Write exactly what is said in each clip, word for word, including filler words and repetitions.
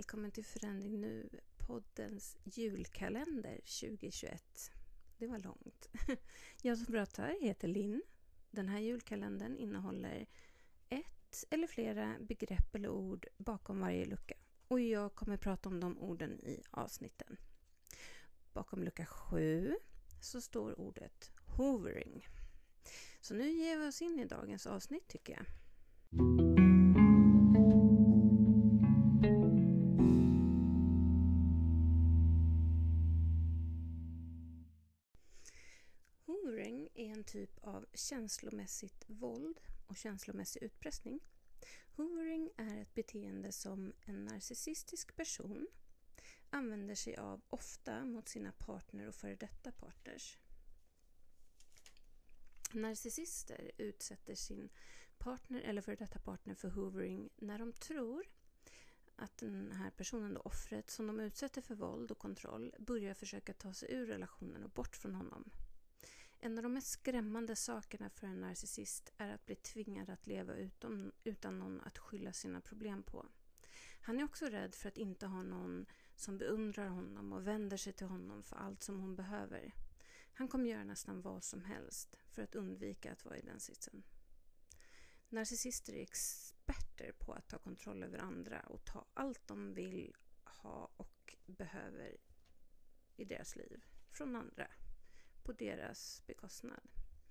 välkommen till Förändring Nu, poddens julkalender tjugohundratjugoett. Det var långt. Jag som pratar heter Linn. Den här julkalendern innehåller ett eller flera begrepp eller ord bakom varje lucka. Och jag kommer prata om de orden i avsnitten. Bakom lucka sju så står ordet hovering. Så nu ger vi oss in i dagens avsnitt tycker jag. Hovering är en typ av känslomässigt våld och känslomässig utpressning. Hovering är ett beteende som en narcissistisk person använder sig av ofta mot sina partner och före detta partners. Narcissister utsätter sin partner eller före detta partner för hovering när de tror att den här personen, då offret som de utsätter för våld och kontroll, börjar försöka ta sig ur relationen och bort från honom. En av de mest skrämmande sakerna för en narcissist är att bli tvingad att leva utom, utan någon att skylla sina problem på. Han är också rädd för att inte ha någon som beundrar honom och vänder sig till honom för allt som hon behöver. Han kommer göra nästan vad som helst för att undvika att vara i den sitsen. Narcissister är experter på att ta kontroll över andra och ta allt de vill ha och behöver i deras liv från andra på deras bekostnad.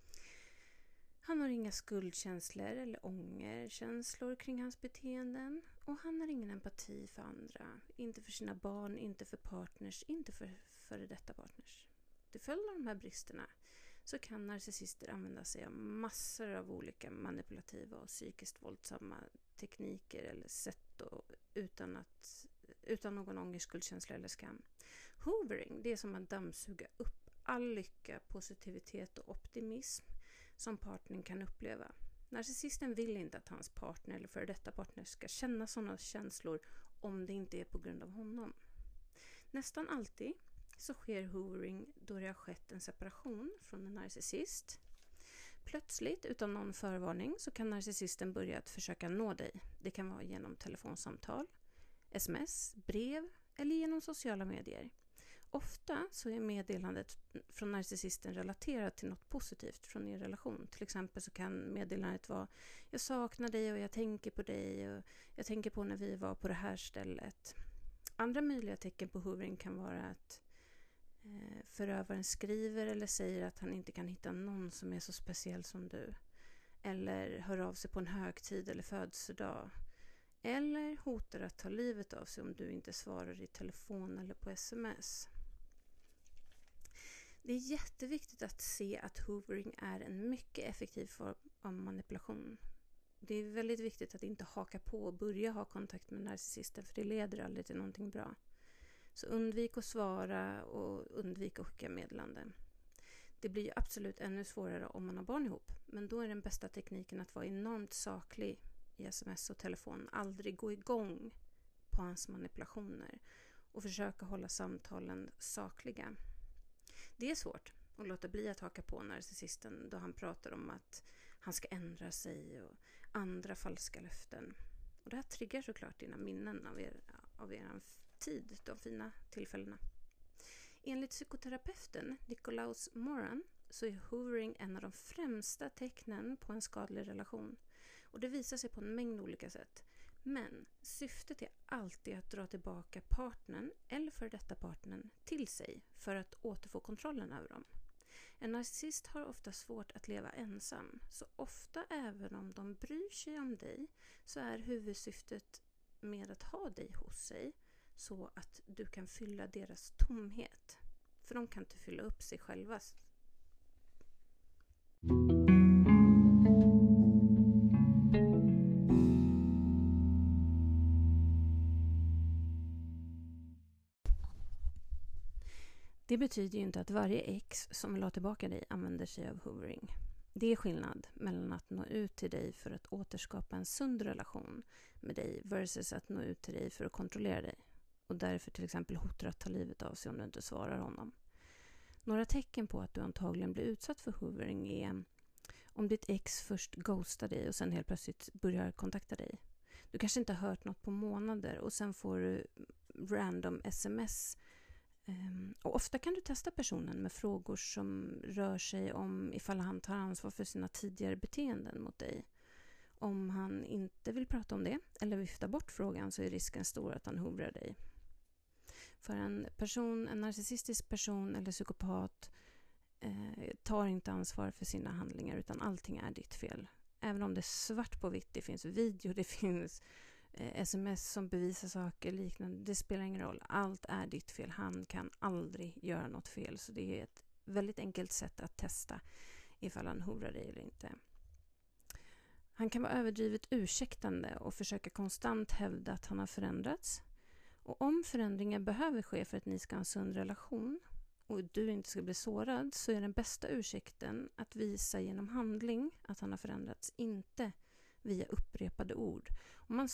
Han har inga skuldkänslor eller ångerkänslor kring hans beteenden och han har ingen empati för andra, inte för sina barn, inte för partners, inte för före detta partners. Till följd av de här bristerna så kan narcissister använda sig av massor av olika manipulativa och psykiskt våldsamma tekniker eller sätt och, utan, att, utan någon ångerskuldkänsla eller skam. Hovering, det är som att dammsuga upp all lycka, positivitet och optimism som partnern kan uppleva. Narcissisten vill inte att hans partner eller före detta partner ska känna sådana känslor om det inte är på grund av honom. Nästan alltid så sker hovering då det har skett en separation från en narcissist. Plötsligt, utan någon förvarning, så kan narcissisten börja att försöka nå dig. Det kan vara genom telefonsamtal, sms, brev eller genom sociala medier. Ofta så är meddelandet från narcissisten relaterat till något positivt från er relation. Till exempel så kan meddelandet vara: jag saknar dig och jag tänker på dig och jag tänker på när vi var på det här stället. Andra möjliga tecken på hovering kan vara att eh, förövaren skriver eller säger att han inte kan hitta någon som är så speciell som du. Eller hör av sig på en högtid eller födelsedag. Eller hotar att ta livet av sig om du inte svarar i telefon eller på sms. Det är jätteviktigt att se att hovering är en mycket effektiv form av manipulation. Det är väldigt viktigt att inte haka på och börja ha kontakt med narcissisten, för det leder aldrig till någonting bra. Så undvik att svara och undvik att skicka meddelanden. Det blir ju absolut ännu svårare om man har barn ihop, men då är den bästa tekniken att vara enormt saklig i sms och telefon. Aldrig gå igång på hans manipulationer och försöka hålla samtalen sakliga. Det är svårt att låta bli att haka på narcissisten då han pratar om att han ska ändra sig och andra falska löften. Och det här triggar såklart dina minnen av er, av er tid, de fina tillfällena. Enligt psykoterapeuten Nicolaus Moran så är hovering en av de främsta tecknen på en skadlig relation. Och det visar sig på en mängd olika sätt. Men syftet är alltid att dra tillbaka partnern eller för detta partnern till sig för att återfå kontrollen över dem. En narcissist har ofta svårt att leva ensam, så ofta även om de bryr sig om dig så är huvudsyftet med att ha dig hos sig så att du kan fylla deras tomhet. För de kan inte fylla upp sig själva. Det betyder ju inte att varje ex som vill ha tillbaka dig använder sig av hovering. Det är skillnad mellan att nå ut till dig för att återskapa en sund relation med dig versus att nå ut till dig för att kontrollera dig. Och därför till exempel hotar att ta livet av sig om du inte svarar honom. Några tecken på att du antagligen blir utsatt för hovering är om ditt ex först ghostar dig och sen helt plötsligt börjar kontakta dig. Du kanske inte har hört något på månader och sen får du random sms. Um, och ofta kan du testa personen med frågor som rör sig om ifall han tar ansvar för sina tidigare beteenden mot dig. Om han inte vill prata om det eller vifta bort frågan så är risken stor att han hovrar dig. För en person, en narcissistisk person eller psykopat eh, tar inte ansvar för sina handlingar utan allting är ditt fel. Även om det är svart på vitt, det finns video, det finns eh, sms som bevisar saker liknande. Det spelar ingen roll, allt är ditt fel. Han kan aldrig göra något fel, så det är ett väldigt enkelt sätt att testa ifall han hovrar dig eller inte. Han kan vara överdrivet ursäktande och försöka konstant hävda att han har förändrats. Och om förändringar behöver ske för att ni ska ha en sund relation och du inte ska bli sårad, så är den bästa ursäkten att visa genom handling att han har förändrats, inte via upprepade ord. Och man,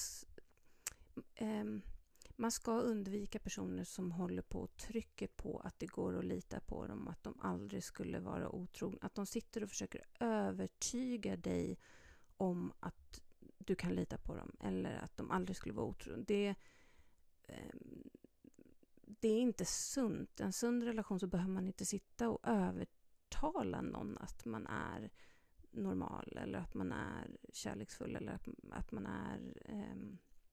eh, man ska undvika personer som håller på och trycker på att det går att lita på dem, att de aldrig skulle vara otrogna. Att de sitter och försöker övertyga dig om att du kan lita på dem eller att de aldrig skulle vara otrogna. Det, eh, det är inte sunt. En sund relation så behöver man inte sitta och övertala någon att man är normal eller att man är kärleksfull eller att, att man är eh,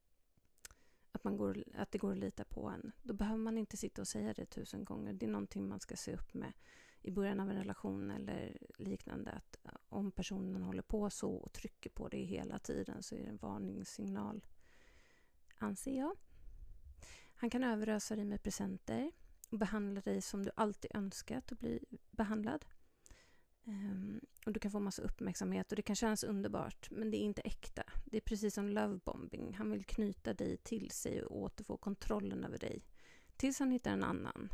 att, man går, att det går att lita på en. Då behöver man inte sitta och säga det tusen gånger. Det är någonting man ska se upp med i början av en relation eller liknande. Att om personen håller på så och trycker på det hela tiden så är det en varningssignal, anser jag. Han kan överösa dig med presenter och behandla dig som du alltid önskat att bli behandlad. Um, och du kan få massa uppmärksamhet och det kan kännas underbart, men det är inte äkta. Det är precis som lovebombing. Han vill knyta dig till sig och återfå kontrollen över dig tills han hittar en annan.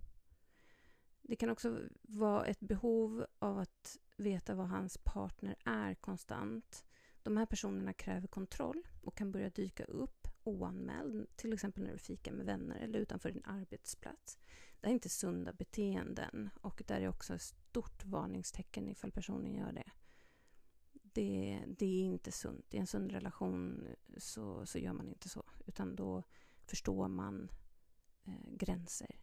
Det kan också vara ett behov av att veta vad hans partner är konstant. De här personerna kräver kontroll och kan börja dyka upp oanmäld, till exempel när du fikar med vänner eller utanför din arbetsplats. Det är inte sunda beteenden och där är också ett stort varningstecken ifall personen gör det. Det, det är inte sunt. I en sund relation så, så gör man inte så, utan då förstår man eh, gränser.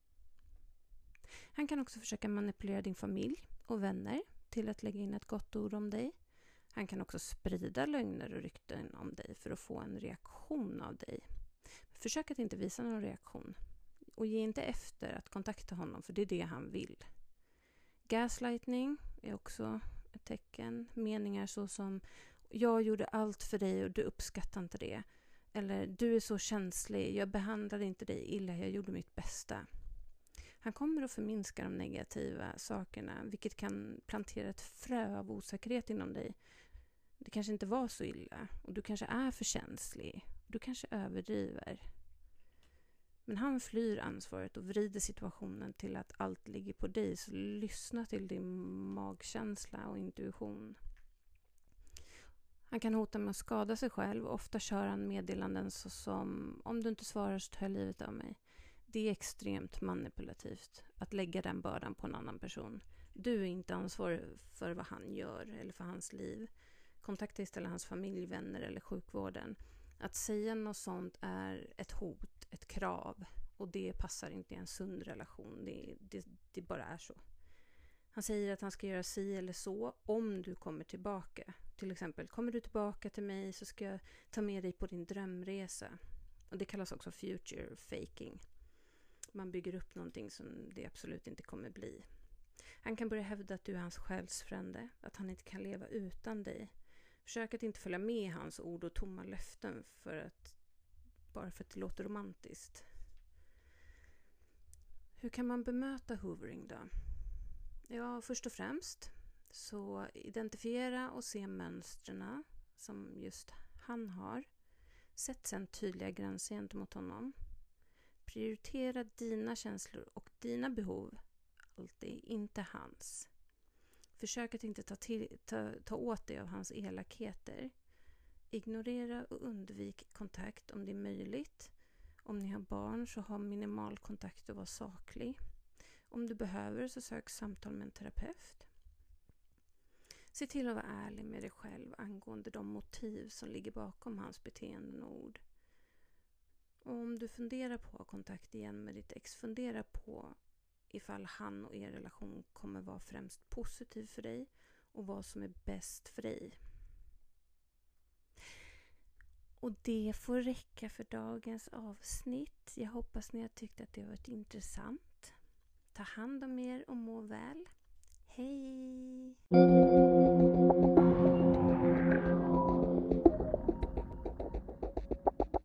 Han kan också försöka manipulera din familj och vänner till att lägga in ett gott ord om dig. Han kan också sprida lögner och rykten om dig för att få en reaktion av dig. Försök att inte visa någon reaktion. Och ge inte efter att kontakta honom, för det är det han vill. Gaslightning är också ett tecken. Meningar så som jag gjorde allt för dig och du uppskattar inte det. Eller du är så känslig, jag behandlade inte dig illa, jag gjorde mitt bästa. Han kommer att förminska de negativa sakerna, vilket kan plantera ett frö av osäkerhet inom dig. Det kanske inte var så illa och du kanske är för känslig. Du kanske överdriver. Men han flyr ansvaret och vrider situationen till att allt ligger på dig. Så lyssna till din magkänsla och intuition. Han kan hota med att skada sig själv. Ofta kör han meddelanden så som: om du inte svarar så tar jag livet av mig. Det är extremt manipulativt att lägga den bördan på en annan person. Du är inte ansvarig för vad han gör eller för hans liv. Kontakta istället hans familjevänner eller sjukvården. Att säga något sånt är ett hot, ett krav, och det passar inte i en sund relation. Det, det, det bara är så. Han säger att han ska göra si eller så om du kommer tillbaka. Till exempel, kommer du tillbaka till mig så ska jag ta med dig på din drömresa. Och det kallas också future faking. Man bygger upp någonting som det absolut inte kommer bli. Han kan börja hävda att du är hans själsfrände, att han inte kan leva utan dig. Försök att inte följa med hans ord och tomma löften för att, bara för att det låter romantiskt. Hur kan man bemöta hovering då? Ja, först och främst så identifiera och se mönstren som just han har. Sätt sedan tydliga gränser gentemot honom. Prioritera dina känslor och dina behov, alltid, inte hans. Försök att inte ta, till, ta, ta åt dig av hans elakheter. Ignorera och undvik kontakt om det är möjligt. Om ni har barn så ha minimal kontakt och var saklig. Om du behöver så sök samtal med en terapeut. Se till att vara ärlig med dig själv angående de motiv som ligger bakom hans beteenden och ord. Och om du funderar på att ha kontakt igen med ditt ex, fundera på ifall han och er relation kommer vara främst positiv för dig och vad som är bäst för dig. Och det får räcka för dagens avsnitt. Jag hoppas ni har tyckt att det har varit intressant. Ta hand om er och må väl. Hej!